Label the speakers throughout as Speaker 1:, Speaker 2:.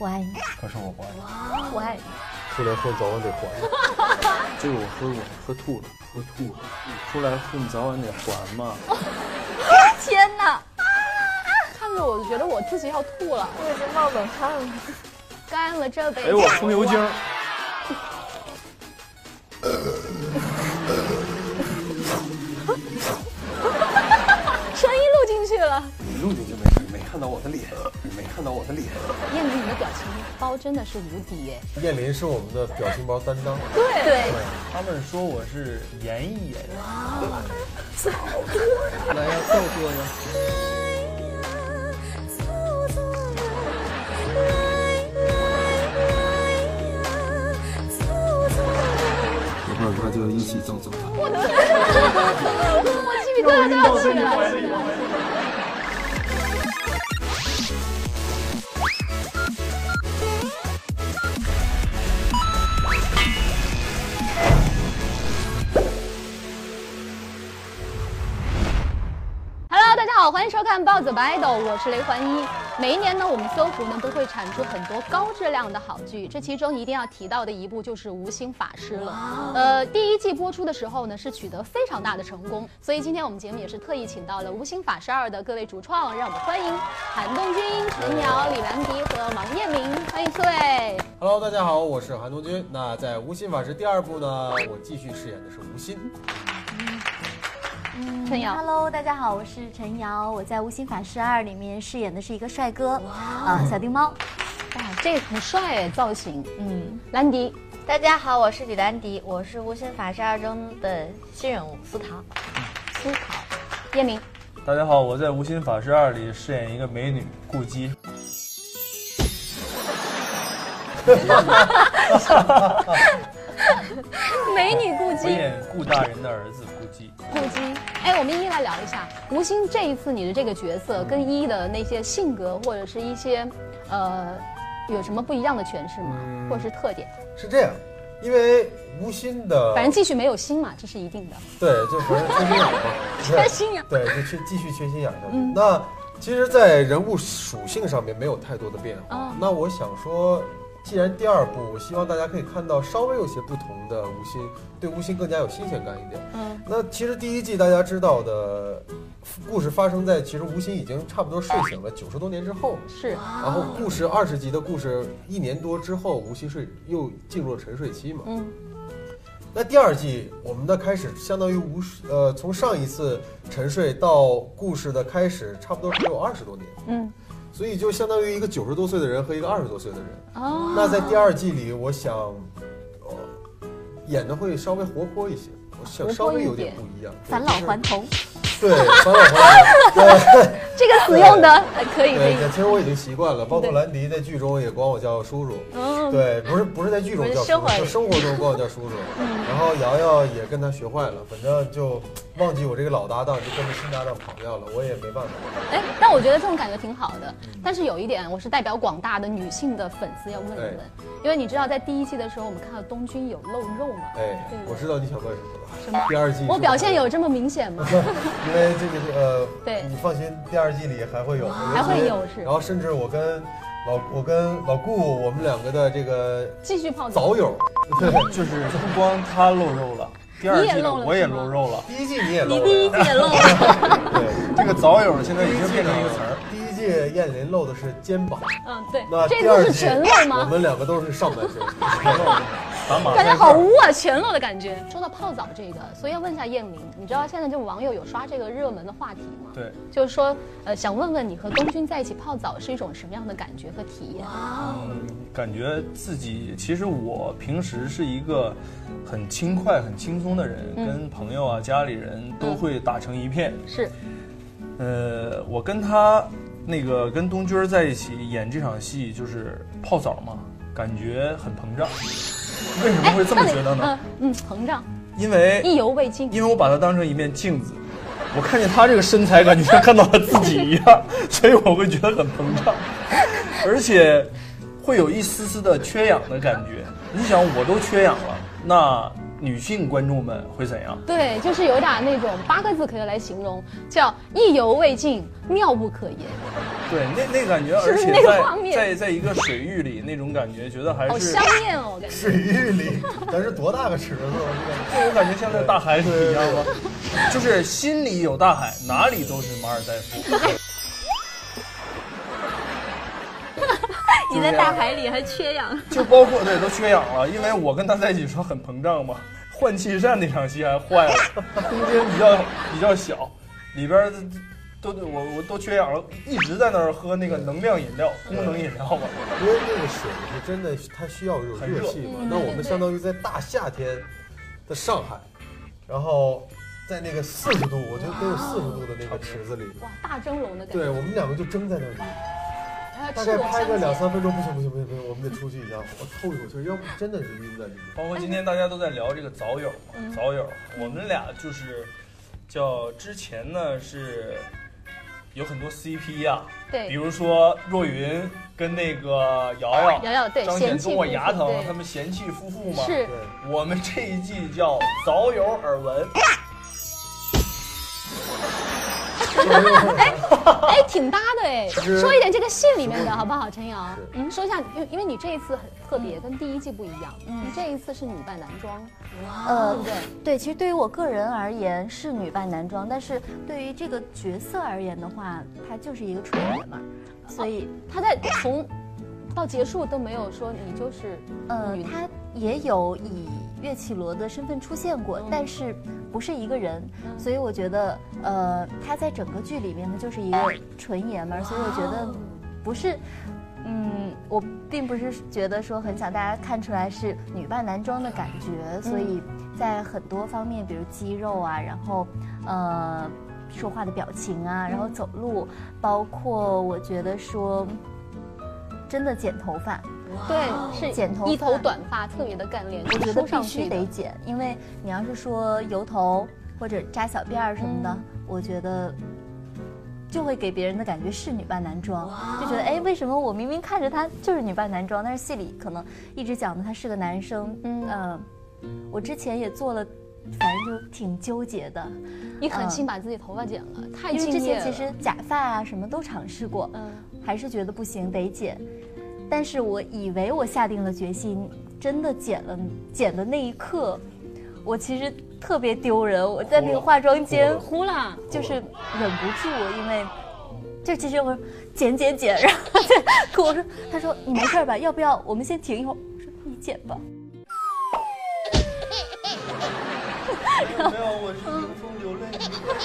Speaker 1: 我爱你。
Speaker 2: 可是我不爱你。
Speaker 1: 我爱你。
Speaker 3: 出来混早晚得还。
Speaker 2: 这个我喝吐了。出来混早晚得还嘛。
Speaker 1: 天哪！
Speaker 4: 看着我就觉得我自己要吐了，
Speaker 1: 我已经冒冷汗了。
Speaker 4: 干了这杯。
Speaker 2: 哎，我风油精。
Speaker 4: 声音录进去了。
Speaker 2: 你录进去没事，没看到我的脸。
Speaker 4: 燕玲，你的表情包真的是无敌耶！
Speaker 3: 燕林是我们的表情包担当。
Speaker 4: 对，
Speaker 2: 他们说我是演艺演员。
Speaker 5: 来呀，动作呀！
Speaker 6: 一会儿他就一起走了。
Speaker 4: 我鸡皮疙瘩都要起来了。大家好，欢迎收看暴走吧爱豆，我是雷环一。每一年呢，我们搜狐呢都会产出很多高质量的好剧，这其中一定要提到的一部就是《无心法师》了。第一季播出的时候呢，是取得非常大的成功，所以今天我们节目也是特意请到了《无心法师2》的各位主创，让我们欢迎韩东君、陈瑶、李兰迪和王彦明，欢迎四位。
Speaker 3: Hello， 大家好，我是韩东君。那在《无心法师》第2部呢，我继续饰演的是吴昕。
Speaker 4: 陈瑶
Speaker 1: ，Hello， 大家好，我是陈瑶，我在《无心法师2》里面饰演的是一个帅哥，小丁猫。
Speaker 4: 哇，这个很帅哎，造型。兰迪，
Speaker 7: 大家好，我是李兰迪，我是《无心法师2》中的新人物苏桃。
Speaker 4: 叶明，
Speaker 2: 大家好，我在《无心法师2》里饰演一个美女顾姬。
Speaker 4: 美女顾姬，
Speaker 2: 我演顾大人的儿子顾姬。
Speaker 4: 哎，我们一一来聊一下吴昕这一次你的这个角色跟一的那些性格或者是一些有什么不一样的诠释吗？或者是特点？
Speaker 3: 是这样，因为吴昕的，
Speaker 4: 反正继续没有心嘛，这是一定的。
Speaker 3: 对，就反正缺心眼嘛，
Speaker 4: 缺心眼。
Speaker 3: 对，就继续缺心眼下去。那其实，在人物属性上面没有太多的变化。那我想说，既然第2部，我希望大家可以看到稍微有些不同的吴昕，对吴昕更加有新鲜感一点。那其实第1季大家知道的故事发生在其实吴昕已经差不多睡醒了90多年之后，
Speaker 4: 是。
Speaker 3: 然后故事20集的故事1年多之后，吴昕又进入了沉睡期嘛。那第2季我们的开始相当于从上一次沉睡到故事的开始，差不多只有20多年。所以就相当于一个90多岁的人和一个20多岁的人。那在第2季里，我想，演的会稍微活泼一些，我想稍微有点不一样，
Speaker 1: 返老还童。
Speaker 3: 对，返老还童。对，
Speaker 4: 这个词用的可以。
Speaker 3: 对，其实我已经习惯了，包括兰迪在剧中也管我叫叔叔。对，不是在剧中叫叔叔，就生活中管我叫叔叔。然后瑶瑶也跟他学坏了，反正就忘记我这个老搭档，就跟着新搭档跑掉了，我也没办法。
Speaker 4: 哎，但我觉得这种感觉挺好的。但是有一点，我是代表广大的女性的粉丝要问一问，因为你知道在第1季的时候，我们看到东君有露肉嘛？
Speaker 3: 哎，我知道你想问什么了。
Speaker 4: 什么？
Speaker 3: 第2季
Speaker 4: 我表现有这么明显吗？
Speaker 3: 因为这个
Speaker 4: 对，
Speaker 3: 你放心，第2季里还会有，
Speaker 4: 是。
Speaker 3: 然后甚至我跟老顾，我们2个的这个
Speaker 4: 继续泡
Speaker 3: 早友，
Speaker 2: 就是不光他露肉了。第2季我也露肉了，
Speaker 3: 第1季你也露了，
Speaker 4: 你第1季也露了。
Speaker 3: 对，
Speaker 2: 这个早友现在已经变成一个词儿。
Speaker 3: 第1季燕林露的是肩膀，
Speaker 4: 对。
Speaker 3: 那
Speaker 4: 这次是全露吗？
Speaker 3: 我们2个都是上半身，
Speaker 2: 全露。
Speaker 4: 感觉好污啊，全露的感觉。说到泡澡这个，所以要问一下燕明，你知道现在就网友有刷这个热门的话题吗？
Speaker 2: 对，
Speaker 4: 就是说，想问问你和东君在一起泡澡是一种什么样的感觉和体验？
Speaker 2: 感觉自己其实我平时是一个很轻快、很轻松的人，跟朋友啊、家里人都会打成一片。
Speaker 4: 是，
Speaker 2: 我跟他跟东君在一起演这场戏，就是泡澡嘛，感觉很膨胀。为什么会这么觉得呢？
Speaker 4: 膨胀，
Speaker 2: 因为
Speaker 4: 意犹未尽。
Speaker 2: 因为我把它当成一面镜子，我看见他这个身材，感觉像看到了自己一样，所以我会觉得很膨胀，而且会有一丝丝的缺氧的感觉。你想，我都缺氧了，那女性观众们会怎样？
Speaker 4: 对，就是有点那种8个字可以来形容，叫意犹未尽，妙不可言。
Speaker 2: 对，那感觉，
Speaker 4: 是不是
Speaker 2: 而且
Speaker 4: 那个画面
Speaker 2: 在一个水域里那种感觉，觉得还
Speaker 4: 好
Speaker 2: 是
Speaker 4: 香艳哦，感觉。
Speaker 3: 水域里，咱是多大个池子？
Speaker 2: 这种感觉像那个大海里一样吗？就是心里有大海，哪里都是马尔代夫。
Speaker 1: 你在大海里还缺氧，
Speaker 2: 就包括对都缺氧了，因为我跟他在一起时候很膨胀嘛，换气扇那场戏还坏了，空间比较小，里边我都缺氧了，一直在那儿喝那个能量饮料，功能饮料嘛。
Speaker 3: 因为那个水是真的，它需要有热气嘛。那我们相当于在大夏天的上海，然后在那个40度，我觉得得有40度的那个池子里，
Speaker 4: 哇，大蒸笼的感觉。
Speaker 3: 对我们2个就蒸在那里。大概
Speaker 4: 赤裸
Speaker 3: 拍个2、
Speaker 4: 相见
Speaker 3: 3分钟，不行，我们得出去一下，我透一口气，要不真的是晕在里面。
Speaker 2: 包括今天大家都在聊这个早友嘛，早友，我们俩就是叫之前呢是有很多 CP 啊，
Speaker 4: 对，
Speaker 2: 比如说若云跟那个瑶瑶
Speaker 4: 对，
Speaker 2: 张显跟我牙疼，
Speaker 4: 对
Speaker 2: 他们贤妻夫妇嘛。
Speaker 4: 是，
Speaker 2: 我们这一季叫早有耳闻。
Speaker 4: 哎，挺搭的哎。说一点这个戏里面的好不好，陈瑶？说一下，因为你这一次很特别，跟第一季不一样。你这一次是女扮男装，对不对？
Speaker 1: 对，其实对于我个人而言是女扮男装，但是对于这个角色而言的话，他就是一个纯爷们儿，所以
Speaker 4: 他在从到结束都没有说你就是
Speaker 1: 他也有以岳绮罗的身份出现过，但是不是一个人，所以我觉得他在整个剧里面呢就是一个纯爷们儿，所以我觉得不是。我并不是觉得说很想大家看出来是女扮男装的感觉，所以在很多方面，比如肌肉啊，然后说话的表情啊，然后走路，包括我觉得说真的剪头发，
Speaker 4: 对，是
Speaker 1: 剪头发，
Speaker 4: 一头短发特别的干练，
Speaker 1: 我觉得必须得剪，因为你要是说油头或者扎小辫儿什么的，我觉得就会给别人的感觉是女扮男装，就觉得哎，为什么我明明看着他就是女扮男装，但是戏里可能一直讲的他是个男生。我之前也做了，反正就挺纠结的。
Speaker 4: 你狠心把自己头发剪了，太
Speaker 1: 因为之
Speaker 4: 敬业了。
Speaker 1: 前其实假发啊什么都尝试过，还是觉得不行，得剪。但是我以为我下定了决心，真的剪的那一刻，我其实特别丢人。我在那个化妆间
Speaker 4: 哭了，
Speaker 1: 就是忍不住，因为就其实我剪，然后跟我说，他说你没事吧？要不要我们先停一会儿？我说你剪吧。
Speaker 2: 没有，我是迎风流泪。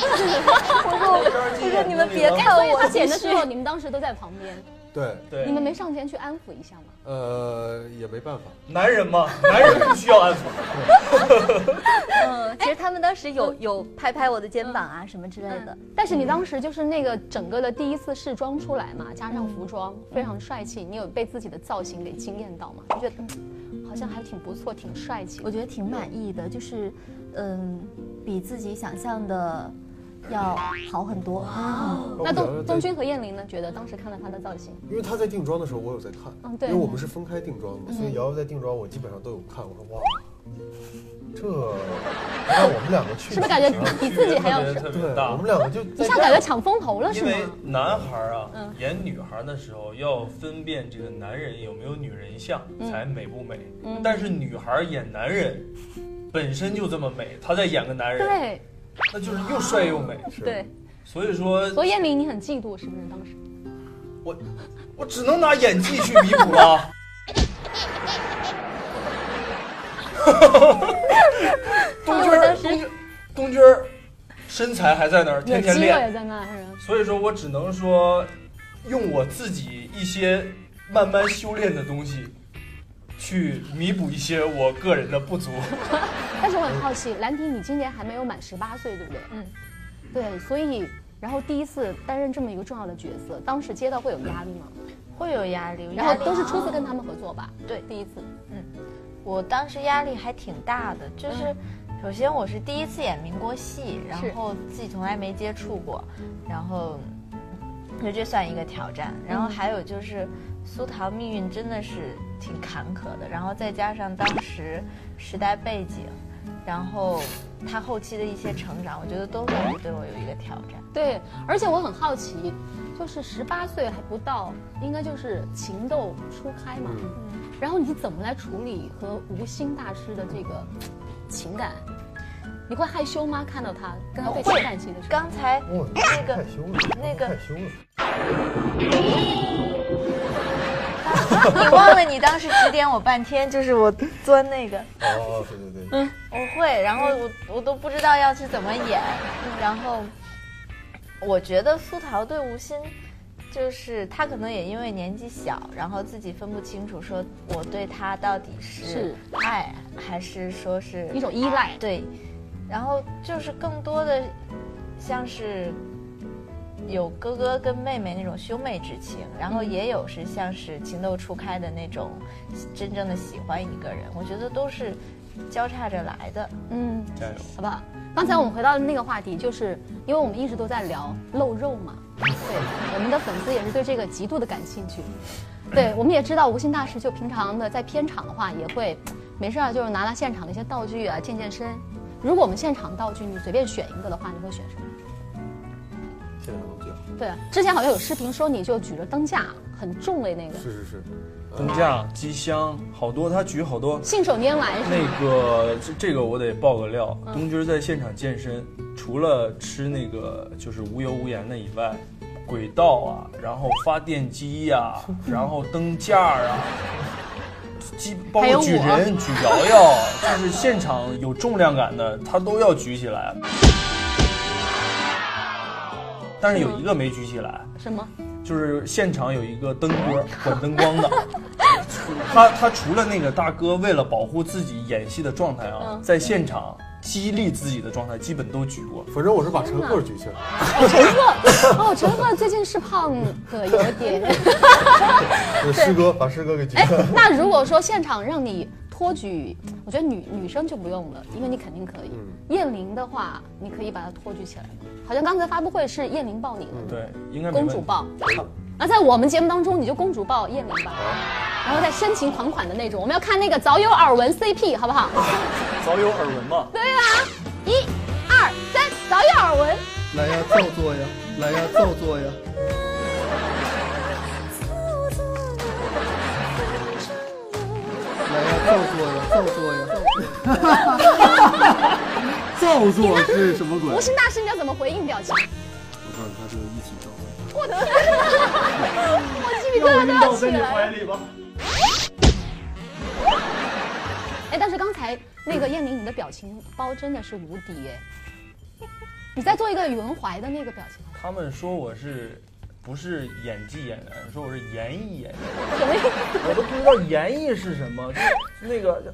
Speaker 1: 我说你们别看
Speaker 4: 所以
Speaker 1: 我，
Speaker 4: 他剪的时候，你们当时都在旁边，
Speaker 3: 对，
Speaker 4: 你们没上前去安抚一下吗？
Speaker 3: 也没办法，
Speaker 2: 男人嘛，男人不需要安抚。
Speaker 1: 其实他们当时有拍我的肩膀啊什么之类的。
Speaker 4: 但是你当时就是那个整个的第一次试妆出来嘛，加上服装非常帅气，你有被自己的造型给惊艳到吗？就觉得好像还挺不错，挺帅气。
Speaker 1: 我觉得挺满意的，就是比自己想象的要好很多。
Speaker 4: 那东君和燕玲呢？觉得当时看到她的造型，
Speaker 3: 因为她在定妆的时候，我有在看，
Speaker 4: 对，
Speaker 3: 因为我们是分开定妆的，所以瑶瑶在定妆，我基本上都有看。我说哇，这让我们2个去，
Speaker 4: 是不是感觉比自己还要
Speaker 2: 特别大？
Speaker 3: 我们2个就
Speaker 4: 一下感觉抢风头了，是吗？
Speaker 2: 因为男孩啊，演女孩的时候要分辨这个男人有没有女人相，才美不美。但是女孩演男人本身就这么美，她再演个男人，
Speaker 4: 对，
Speaker 2: 那就是又帅又美。
Speaker 4: 对，
Speaker 2: 所以说，
Speaker 4: 所以燕玲你很嫉妒是不是？当时
Speaker 2: 我只能拿演技去弥补了。东君儿身材还在那儿，天天练，
Speaker 4: 也在那儿，
Speaker 2: 所以说我只能说用我自己一些慢慢修炼的东西去弥补一些我个人的不足。
Speaker 4: 但是我很好奇，兰亭你今年还没有满18岁，对不对？对，所以然后第一次担任这么一个重要的角色，当时接到会有压力吗？
Speaker 7: 会有压力，
Speaker 4: 然后都是初次跟他们合作吧？
Speaker 7: 对，
Speaker 4: 第一次。
Speaker 7: 我当时压力还挺大的，就是首先我是第一次演民国戏，然后自己从来没接触过，然后就这算一个挑战。然后还有就是苏桃命运真的是挺坎坷的，然后再加上当时时代背景， 然后他后期的一些成长，我觉得都算是对我有一个挑战。
Speaker 4: 对，而且我很好奇，就是18岁还不到，应该就是情窦初开嘛。然后你怎么来处理和吴昕大师的这个情感？你会害羞吗？看到他跟他对情感戏的时候？
Speaker 7: 刚才那个
Speaker 3: 害羞了，
Speaker 7: 那个
Speaker 3: 害羞了。
Speaker 7: 你忘了你当时指点我半天，就是我钻那个。
Speaker 3: 哦，对对对，
Speaker 7: 我会，然后我都不知道要去怎么演，然后我觉得苏桃对吴昕，就是他可能也因为年纪小，然后自己分不清楚，说我对他到底是爱还是说是
Speaker 4: 一种依赖。
Speaker 7: 对，然后就是更多的像是有哥哥跟妹妹那种兄妹之情，然后也有是像是情窦初开的那种真正的喜欢一个人，我觉得都是交叉着来的。
Speaker 2: 加油，
Speaker 4: 好不好？刚才我们回到那个话题，就是因为我们一直都在聊露肉嘛，对，我们的粉丝也是对这个极度的感兴趣。对，我们也知道吴昕大师就平常的在片场的话，也会没事就是拿现场的一些道具啊健身。如果我们现场道具你随便选一个的话，你会选什么？
Speaker 3: 现场都这样。
Speaker 4: 对，之前好像有视频说你就举着灯架很重的那个，
Speaker 3: 是，
Speaker 2: 灯架、机箱，好多，他举好多。
Speaker 4: 信手拈来是吗？
Speaker 2: 那个这个我得爆个料，东军在现场健身，除了吃那个就是无油无盐的以外，轨道啊，然后发电机呀、然后灯架啊，包括举人、举摇摇，就是现场有重量感的，他都要举起来。但是有一个没举起来，
Speaker 4: 什么？
Speaker 2: 就是现场有一个灯哥管灯光的，他除了那个大哥为了保护自己演戏的状态啊，在现场激励自己的状态基本都举过。
Speaker 3: 反正我是把陈赫举起来。
Speaker 4: 陈赫最近是胖的有点。
Speaker 3: 师哥把师哥给举起来。
Speaker 4: 那如果说现场让你托举，我觉得女生就不用了，因为你肯定可以。燕玲的话，你可以把她托举起来。好像刚才发布会是燕玲抱你的，
Speaker 2: 对，应该
Speaker 4: 公主抱。那在我们节目当中，你就公主抱燕玲吧，然后再深情款款的那种。我们要看那个早有耳闻 CP， 好不好？
Speaker 2: 早有耳闻嘛？
Speaker 4: 对啊，1、2、3，早有耳闻。
Speaker 6: 来呀，照做呀，来呀，照做呀。来呀，照做呀，照做呀。照做是什么鬼？
Speaker 4: 吴昕大师，你要怎么回应表情？
Speaker 6: 我告诉他就一起照。
Speaker 4: 我的，我鸡皮疙瘩都要起来了。哎，但是刚才那个燕玲，你的表情包真的是无敌哎！你在做一个宇文怀的那个表情。
Speaker 2: 他们说我不是演技演员，说我是演艺演员。
Speaker 4: 什么意思？
Speaker 2: 我都不知道演绎是什么，就那个，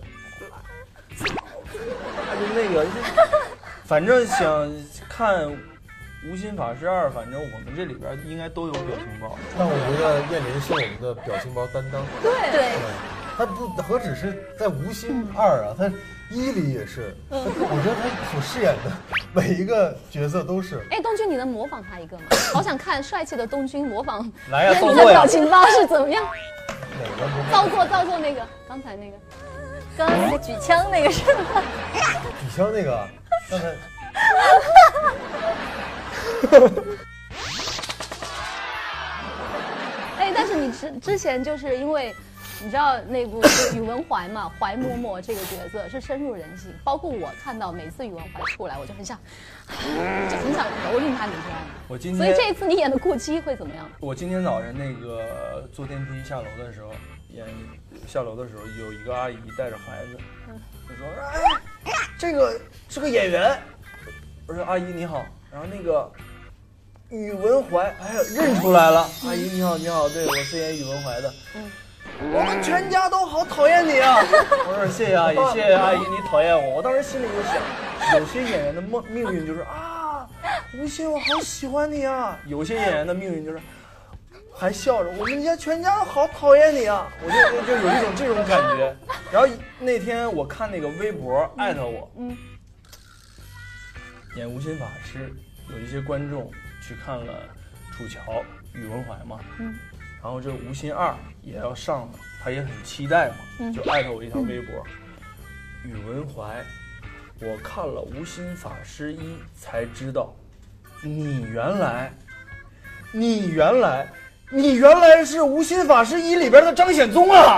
Speaker 2: 就那个，反正想看《无心法师2》，反正我们这里边应该都有表情包。
Speaker 3: 但我觉得燕玲是我们的表情包担当。
Speaker 4: 对，
Speaker 3: 他不何止是在《无心2》啊，他1里也是。我觉得他所饰演的每一个角色都是。
Speaker 4: 哎，东君，你能模仿他一个吗？好想看帅气的东君模仿
Speaker 2: 来呀，
Speaker 4: 燕玲的表情包是怎么样？
Speaker 3: 哪个
Speaker 4: 造作那个，刚才那个。
Speaker 7: 刚刚那个举枪那个是吗？
Speaker 3: 举枪那个，刚才。
Speaker 4: 哎，但是你之前就是因为你知道那部宇文怀嘛，怀嬷嬷这个角色是深入人心，包括我看到每次宇文怀出来，我就很想蹂躏他，你知道吗？所以这一次你演的顾七会怎么样？
Speaker 2: 我今天早上那个坐电梯下楼的时候，下楼的时候有一个阿姨带着孩子，就说：“哎，这个是个演员。”我说：“阿姨你好。”然后那个宇文怀，哎呀，认出来了。阿姨你好，你好，对，我是演宇文怀的。我们全家都好讨厌你啊！我说谢谢阿姨，谢谢阿姨，你讨厌我。我当时心里就想，有些演员的命运就是啊，吴昕我好喜欢你啊。有些演员的命运就是还笑着，我们家全家都好讨厌你啊。我就有一种这种感觉。然后那天我看那个微博艾特我，演无心法师，有一些观众去看了楚乔、宇文怀嘛，然后这无心2也要上了，他也很期待嘛，就艾特我一条微博，宇文怀我看了《无心法师一》才知道，你原来是《无心法师一》里边的张显宗啊！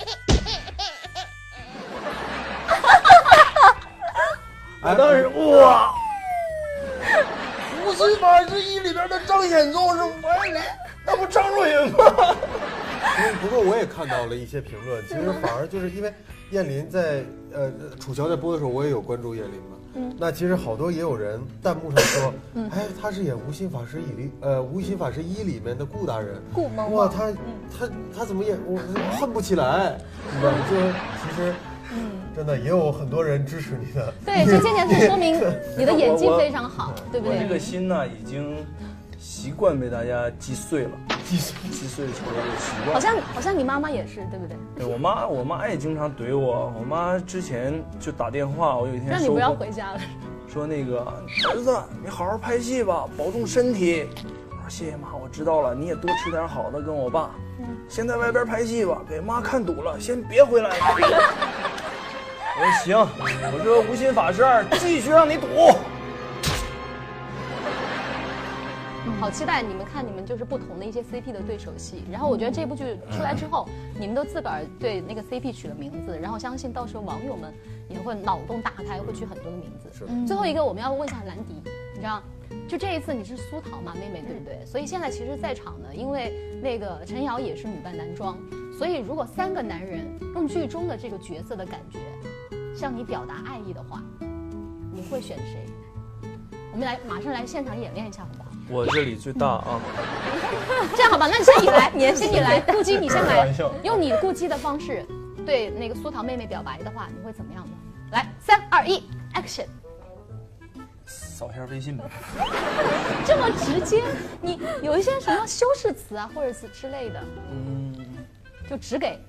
Speaker 2: 我当时哇，《无心法师一》里边的张显宗是那不张若昀吗？
Speaker 3: 不过我也看到了一些评论，其实反而就是因为燕林在楚乔在播的时候，我也有关注燕林嘛。那其实好多也有人弹幕上说，哎，他是演《无心法师一》无心法师一里面的顾大人，
Speaker 1: 顾萌
Speaker 3: 哇，他怎么演？我恨不起来，对吧？就其实。真的也有很多人支持你的。
Speaker 4: 对，这件事说明你的演技非常好，对不对？
Speaker 2: 我这个心呢，已经习惯被大家击碎了，击碎成了一个习惯。
Speaker 4: 好像你妈妈也是，对不对？
Speaker 2: 对，我妈也经常怼我。我妈之前就打电话，我有一天
Speaker 4: 让你不要回家了，
Speaker 2: 说那个儿子，你好好拍戏吧，保重身体。我说谢谢妈，我知道了，你也多吃点好的，跟我爸。先在外边拍戏吧，给妈看堵了，先别回来了。我说行，我这无心法师2继续让你堵。
Speaker 4: 好期待你们看你们就是不同的一些 CP 的对手戏。然后我觉得这部剧出来之后，你们都自个儿对那个 CP 取了名字，然后相信到时候网友们也会脑洞大开，会取很多的名字。最后一个我们要问一下兰迪，你知道，就这一次你是苏桃嘛妹妹对不对？所以现在其实在场呢，因为那个陈瑶也是女扮男装，所以如果3个男人用剧中的这个角色的感觉向你表达爱意的话，你会选谁？我们马上来现场演练一下好不好？
Speaker 2: 我这里最大啊！
Speaker 4: 这样好吧，那你先你来，你来，顾姬你先来，用你顾姬的方式对那个苏桃妹妹表白的话，你会怎么样呢？来，3、2、1 ，Action！
Speaker 2: 扫一下微信吧。
Speaker 4: 这么直接，你有一些什么修饰词啊，或者是之类的，就只给。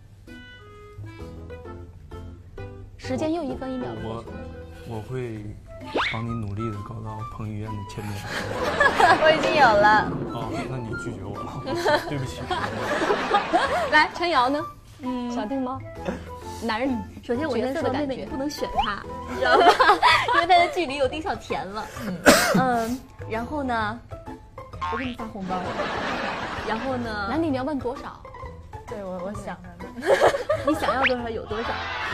Speaker 4: 时间又1分1秒过去了。
Speaker 2: 我会帮你努力的搞到彭于晏的签名。
Speaker 7: 我已经有了。
Speaker 2: 哦，那你拒绝我了，对不起。
Speaker 4: 来，陈瑶呢？小定吗？男人，
Speaker 1: 首先我先说妹妹，你不能选他，你知道吗？因为他的剧里有丁小甜了。然后呢，我给你发红包。然后呢，
Speaker 4: 兰迪你要问多少？
Speaker 7: 对我想
Speaker 1: 你想要多少有多少。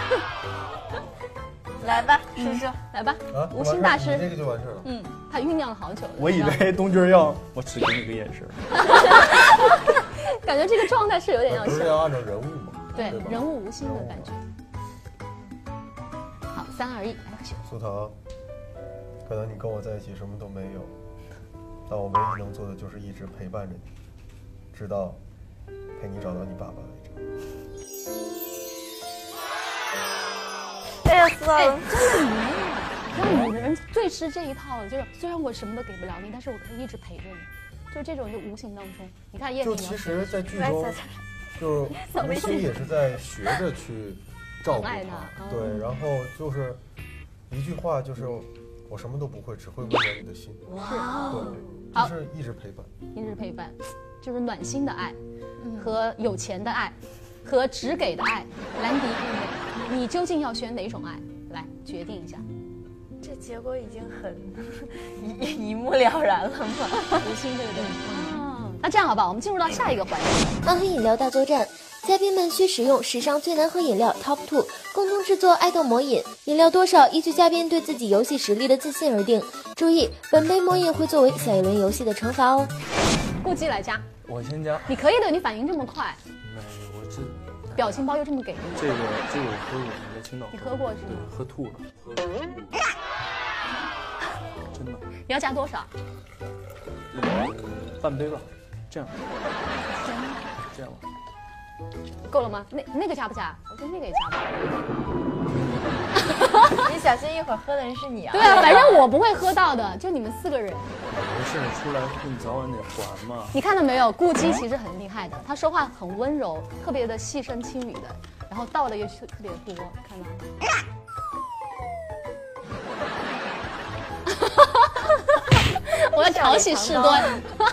Speaker 7: 来吧，叔叔，
Speaker 4: 来吧，
Speaker 3: 啊，
Speaker 4: 无心大师，
Speaker 3: 这个就完事了。
Speaker 4: 他酝酿了好久了。
Speaker 2: 我以为东君要我只给你个眼神。
Speaker 4: 感觉这个状态是有点要
Speaker 3: 不是要按照人物吗？
Speaker 4: 对，人物无心的感觉。好，3、2、1 ，Action！
Speaker 3: 苏桃，可能你跟我在一起什么都没有，但我唯一能做的就是一直陪伴着你，直到陪你找到你爸爸为止。
Speaker 7: 哎呀，死了！
Speaker 4: 真的没有，让女人最吃这一套，就是虽然我什么都给不了你，但是我可以一直陪着你，就这种就无形当中，你看叶
Speaker 3: 就其实，在剧中，就是吴昕也是在学着去照顾他，对，然后就是一句话，就是我什么都不会，只会温暖你的心，对，就是一直陪伴，
Speaker 4: 一直陪伴，就是暖心的爱，和有钱的爱，和只给的爱。兰迪，你究竟要选哪种爱？来决定一下。
Speaker 7: 这结果已经很一目了然了嘛，
Speaker 4: 无心对不对？那这样好吧，我们进入到下一个环节。
Speaker 5: 暗黑饮料大作战，嘉宾们需使用史上最难喝饮料 Top 2，共同制作爱豆魔饮，饮料多少依据嘉宾对自己游戏实力的自信而定。注意，本杯魔饮会作为下一轮游戏的惩罚哦。
Speaker 4: 顾姬来加，
Speaker 2: 我先加。
Speaker 4: 你可以的，你反应这么快。
Speaker 2: 没有，我这
Speaker 4: 表情包又这么给力。
Speaker 2: 这个我喝过，我在青岛。
Speaker 4: 你喝过是吗？
Speaker 2: 对，喝吐了。真的。
Speaker 4: 你要加多少？
Speaker 2: 半杯吧，这样。这样吧。
Speaker 4: 够了吗？那个加不加？我觉得那个也加吧。
Speaker 7: 你小心一会儿喝的人是你啊！
Speaker 4: 对啊，反正我不会喝到的，就你们4个人。
Speaker 2: 没事，出来混早晚得还嘛。
Speaker 4: 你看到没有？顾姬其实很厉害的，她说话很温柔，特别的细声轻语的，然后倒的又特别多，看到吗？我要挑起事端。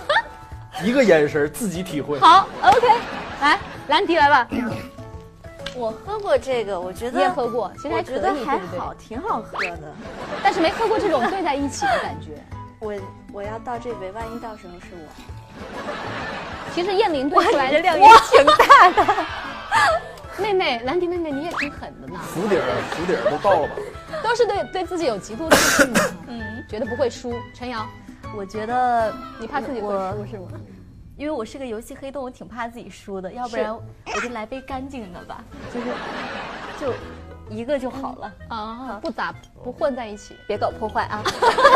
Speaker 2: 一个眼神自己体会。
Speaker 4: 好 ，OK， 来，兰迪来吧。
Speaker 7: 我喝过这个，我觉得
Speaker 4: 你也喝过，其实还可以，
Speaker 7: 我觉得还
Speaker 4: 对不对
Speaker 7: 好，挺好喝的。
Speaker 4: 但是没喝过这种兑在一起的感觉。
Speaker 7: 我要倒这杯，万一到时候是我。
Speaker 4: 其实燕玲兑出来的
Speaker 7: 量也挺大的。
Speaker 4: 妹妹，兰迪妹妹，你也挺狠的呢。
Speaker 2: 福底儿都到了吧？
Speaker 4: 都是对自己有极度自信的，觉得不会输。陈瑶，
Speaker 1: 我觉得
Speaker 4: 你怕自己会输是吗？
Speaker 1: 因为我是个游戏黑洞，我挺怕自己输的，要不然我就来杯干净的吧，就一个就好了
Speaker 4: 啊，不混在一起，
Speaker 1: 别搞破坏啊。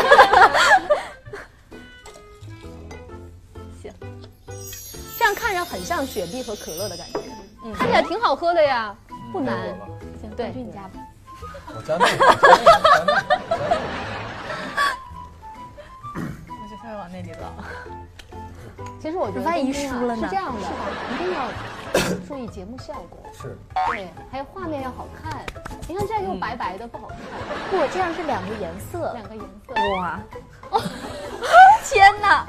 Speaker 4: 行，这样看着很像雪碧和可乐的感觉，看起来挺好喝的呀，不难。
Speaker 1: 行，
Speaker 4: 对，
Speaker 1: 去你家吧。
Speaker 3: 我加那个，
Speaker 7: 我就会往那里倒。
Speaker 4: 其实我觉得
Speaker 1: 万一输了呢？
Speaker 4: 是这样的，一定要注意节目效果。
Speaker 3: 是。
Speaker 4: 对，还有画面要好看。你看这样又白白的，不好看。
Speaker 1: 不，这样是两个颜色。
Speaker 4: 两个颜色。
Speaker 1: 哇！天哪！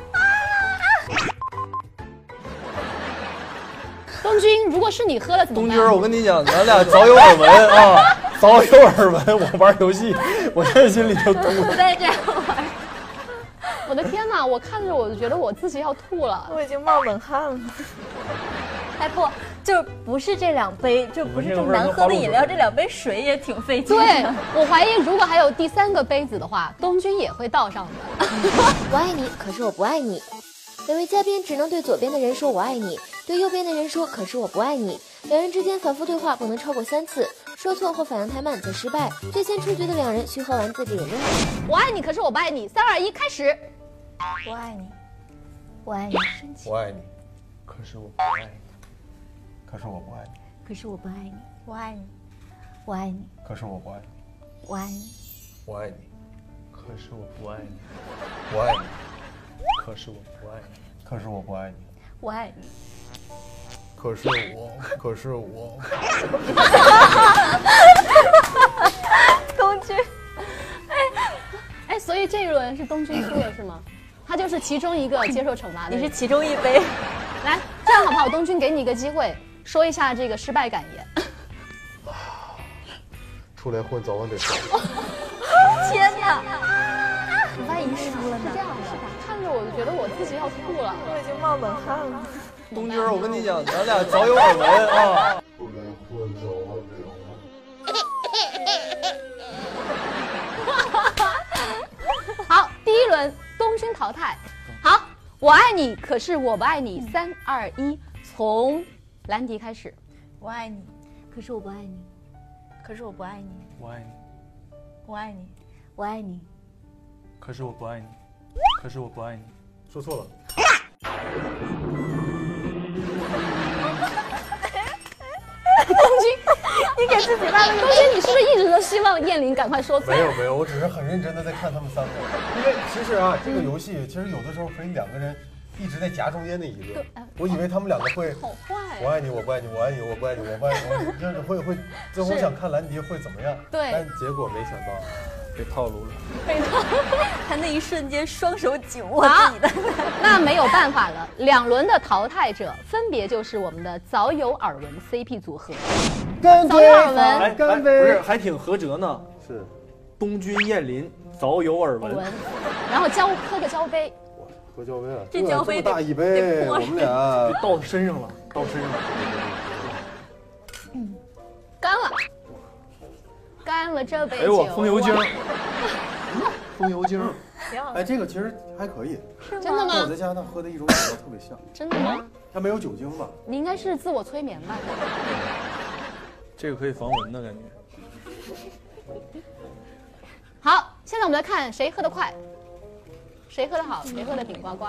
Speaker 4: 东君，如果是你喝了怎么办？
Speaker 2: 东君，我跟你讲，咱俩早有耳闻啊，早有耳闻。我玩游戏，我现在心里就堵。
Speaker 1: 不带这样玩。
Speaker 4: 我的天哪！我看着我就觉得我自己要吐了，
Speaker 7: 我已经冒冷汗了。
Speaker 1: 哎不，就不是这两杯，就不是这么难喝的饮料，这两杯水也挺费劲。
Speaker 4: 对，我怀疑如果还有第3个杯子的话，东君也会倒上的。
Speaker 5: 我爱你，可是我不爱你。两位嘉宾只能对左边的人说我爱你，对右边的人说可是我不爱你。两人之间反复对话不能超过3次，说错或反应太慢则失败。最先出局的两人需喝完自己饮料。
Speaker 4: 我爱你，可是我不爱你。3、2、1，开始。
Speaker 7: 我爱你，
Speaker 1: 我爱你，
Speaker 3: 我爱你，
Speaker 2: 可是我不爱你，
Speaker 3: 可是我不爱你，
Speaker 1: 可是我不爱你，
Speaker 7: 我爱你，
Speaker 1: 我爱你，
Speaker 3: 可是我不爱你，
Speaker 1: 我爱你，
Speaker 3: 我爱你，
Speaker 2: 可是我不爱你，
Speaker 3: 我爱你，
Speaker 2: 可是我不爱你，
Speaker 3: 可是我不爱你，
Speaker 1: 我爱你，
Speaker 3: 可是我，
Speaker 1: 东君。
Speaker 4: 哎，所以这一轮是东君输了是吗？他就是其中一个接受惩罚的。
Speaker 1: 你是其中一杯。
Speaker 4: 来，这样好不好？东君给你一个机会，说一下这个失败感言。
Speaker 3: 出来混早晚得分。
Speaker 1: 天哪！万一输了呢？
Speaker 4: 是这样的，看着我就觉得我自己要吐了，
Speaker 7: 我已经冒冷汗了。
Speaker 2: 东君，我跟你讲，咱俩早有耳闻啊。
Speaker 4: 好，第一轮东君淘汰。好，我爱你，可是我不爱你。3、2、1，从兰迪开始。
Speaker 7: 我爱你，
Speaker 1: 可是我不爱你，
Speaker 7: 可是我不爱你。
Speaker 2: 我爱你，
Speaker 7: 我爱你，
Speaker 1: 我爱你，
Speaker 2: 可是我不爱你，可是我不爱你。
Speaker 3: 说错了。
Speaker 4: 东君，你给自己拉了个。东君，你是不是一直都希望燕玲赶快说错？
Speaker 3: 没有，我只是很认真的在看他们3个，因为其实啊，这个游戏其实有的时候可以2个人一直在夹中间的一个，我以为他们2个会，
Speaker 4: 好坏。
Speaker 3: 我爱你，我不爱你，我爱你，我不爱你，我不爱你，就是会，最后我想看兰迪会怎么样，
Speaker 4: 对，
Speaker 3: 但结果没想到
Speaker 2: 被套路了。
Speaker 4: 被套路。
Speaker 1: 他那一瞬间双手紧握自己的。
Speaker 4: 那没有办法了，2轮的淘汰者分别就是我们的早有耳闻 CP 组合。
Speaker 3: 干
Speaker 4: 早有耳闻，
Speaker 2: 哎，
Speaker 3: 干
Speaker 2: 不是，还挺合辙呢。
Speaker 3: 是
Speaker 2: 东君燕林早有耳闻，
Speaker 4: 然后喝个交杯。
Speaker 3: 喝交杯啊，
Speaker 1: 这交杯
Speaker 3: 这么大一杯，我们俩
Speaker 2: 倒身上了，倒身上了。
Speaker 4: 干了，干了这杯酒。
Speaker 2: 哎呦，风油精，风油精。
Speaker 3: 哎，这个其实还可以，
Speaker 4: 真的
Speaker 3: 跟我
Speaker 4: 吗？
Speaker 3: 在加拿大喝的一种饮料特别像。
Speaker 4: 真的吗？
Speaker 3: 它没有酒精吧？
Speaker 4: 你应该是自我催眠吧？
Speaker 2: 这个可以防蚊的感觉。
Speaker 4: 好，现在我们来看谁喝得快，谁喝得好，谁喝得顶呱呱。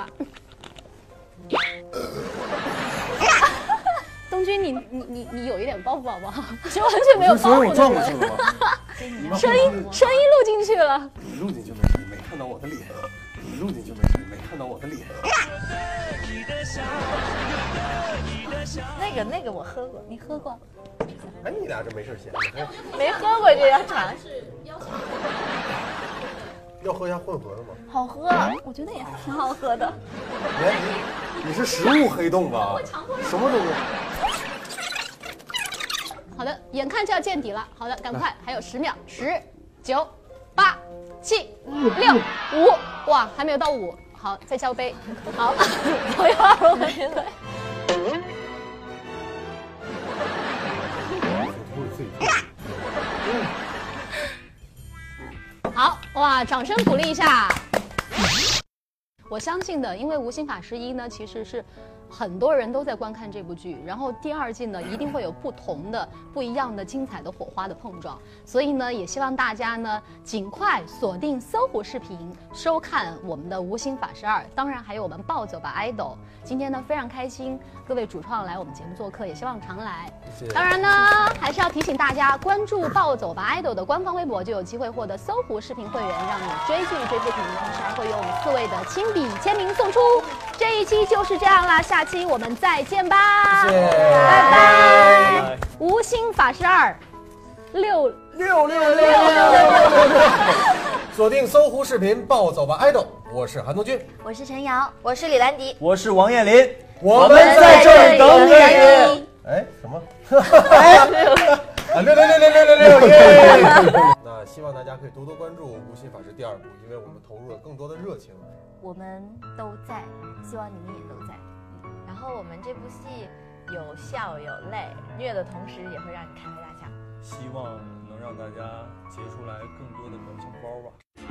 Speaker 4: 东君，你有一点包袱好不好？就完全没有包
Speaker 3: 所以我
Speaker 4: 袱
Speaker 3: 转过去了吗？
Speaker 4: 声音录进去了。
Speaker 3: 你录进去没事，没看到我的脸。你录进去没事，没看到我的脸。
Speaker 7: 那个我喝过，
Speaker 1: 你喝过？
Speaker 3: 哎，你俩这没事闲的，
Speaker 7: 没喝过这要尝试。
Speaker 3: 要喝一下混合的吗？
Speaker 1: 好喝，我觉得也挺好喝的。
Speaker 3: 你是食物黑洞吧？什么东西？
Speaker 4: 好的，眼看就要见底了。好的，赶快，还有10秒，10、9、8、7、6、5，哇，还没有到5。好，再交杯。好，朋友我们好，哇，掌声鼓励一下。我相信的，因为《无心法师1》呢，其实是很多人都在观看这部剧，然后第2季呢，一定会有不同的、不一样的、精彩的火花的碰撞。所以呢，也希望大家呢，尽快锁定搜狐视频收看我们的《无心法师2》，当然还有我们暴走吧 idol。今天呢，非常开心，各位主创来我们节目做客，也希望常来。当然呢，还是要提醒大家，关注暴走吧 idol 的官方微博，就有机会获得搜狐视频会员，让你追剧追不停，同时还会有我们4位的亲笔签名送出。这一期就是这样啦，下期我们再见吧，
Speaker 3: 谢谢，
Speaker 4: 拜拜。无心法师2，六，
Speaker 3: 锁定搜狐视频，暴走吧 idol，我是韩东君，
Speaker 1: 我是陈瑶，
Speaker 7: 我是李兰迪，
Speaker 2: 我是王彦霖，
Speaker 3: 我们在这儿等你。哎，什么？啊6耶！那希望大家可以多多关注《无心法师》第2部，因为我们投入了更多的热情。
Speaker 1: 我们都在，希望你们也都在。
Speaker 7: 然后我们这部戏有笑有泪，虐的同时也会让你开怀大笑。
Speaker 2: 希望能让大家结出来更多的表情包吧。